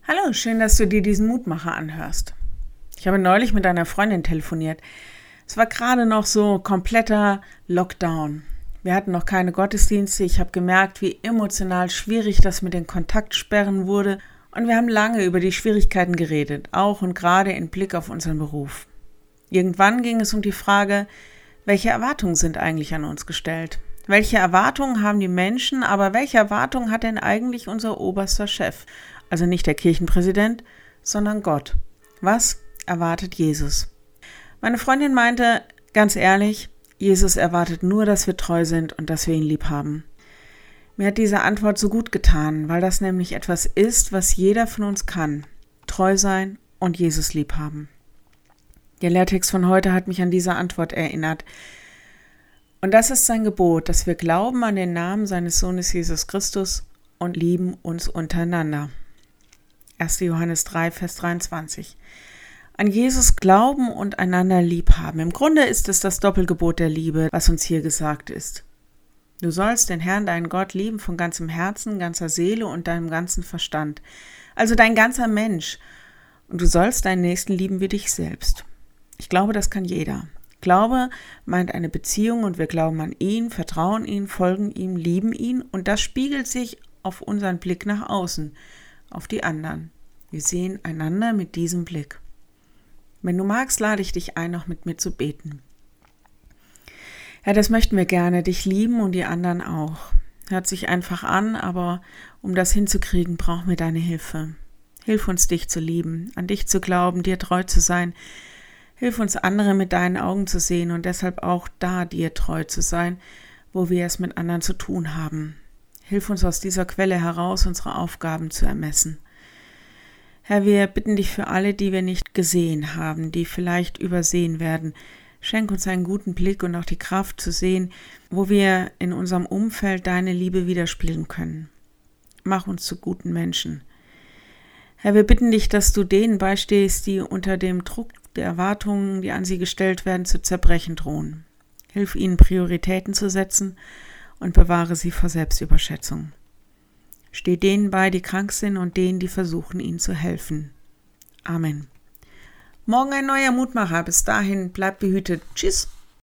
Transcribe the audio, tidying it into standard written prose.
Hallo, schön, dass du dir diesen Mutmacher anhörst. Ich habe neulich mit einer Freundin telefoniert. Es war gerade noch so kompletter Lockdown. Wir hatten noch keine Gottesdienste. Ich habe gemerkt, wie emotional schwierig das mit den Kontaktsperren wurde. Und wir haben lange über die Schwierigkeiten geredet, auch und gerade in Blick auf unseren Beruf. Irgendwann ging es um die Frage, welche Erwartungen sind eigentlich an uns gestellt? Welche Erwartungen haben die Menschen, aber welche Erwartungen hat denn eigentlich unser oberster Chef? Also nicht der Kirchenpräsident, sondern Gott. Was erwartet Jesus? Meine Freundin meinte, ganz ehrlich, Jesus erwartet nur, dass wir treu sind und dass wir ihn lieb haben. Mir hat diese Antwort so gut getan, weil das nämlich etwas ist, was jeder von uns kann. Treu sein und Jesus lieb haben. Der Lehrtext von heute hat mich an diese Antwort erinnert. Und das ist sein Gebot, dass wir glauben an den Namen seines Sohnes Jesus Christus und lieben uns untereinander. 1. Johannes 3, Vers 23. An Jesus glauben und einander lieb haben. Im Grunde ist es das Doppelgebot der Liebe, was uns hier gesagt ist. Du sollst den Herrn, deinen Gott, lieben von ganzem Herzen, ganzer Seele und deinem ganzen Verstand. Also dein ganzer Mensch. Und du sollst deinen Nächsten lieben wie dich selbst. Ich glaube, das kann jeder. Glaube meint eine Beziehung und wir glauben an ihn, vertrauen ihm, folgen ihm, lieben ihn und das spiegelt sich auf unseren Blick nach außen, auf die anderen. Wir sehen einander mit diesem Blick. Wenn du magst, lade ich dich ein, noch mit mir zu beten. Ja, das möchten wir gerne, dich lieben und die anderen auch. Hört sich einfach an, aber um das hinzukriegen, brauchen wir deine Hilfe. Hilf uns, dich zu lieben, an dich zu glauben, dir treu zu sein. Hilf uns, andere mit deinen Augen zu sehen und deshalb auch da dir treu zu sein, wo wir es mit anderen zu tun haben. Hilf uns aus dieser Quelle heraus, unsere Aufgaben zu ermessen. Herr, wir bitten dich für alle, die wir nicht gesehen haben, die vielleicht übersehen werden. Schenk uns einen guten Blick und auch die Kraft zu sehen, wo wir in unserem Umfeld deine Liebe widerspiegeln können. Mach uns zu guten Menschen. Herr, wir bitten dich, dass du denen beistehst, die unter dem Druck der Erwartungen, die an sie gestellt werden, zu zerbrechen drohen. Hilf ihnen, Prioritäten zu setzen und bewahre sie vor Selbstüberschätzung. Steh denen bei, die krank sind und denen, die versuchen, ihnen zu helfen. Amen. Morgen ein neuer Mutmacher. Bis dahin, bleib behütet. Tschüss.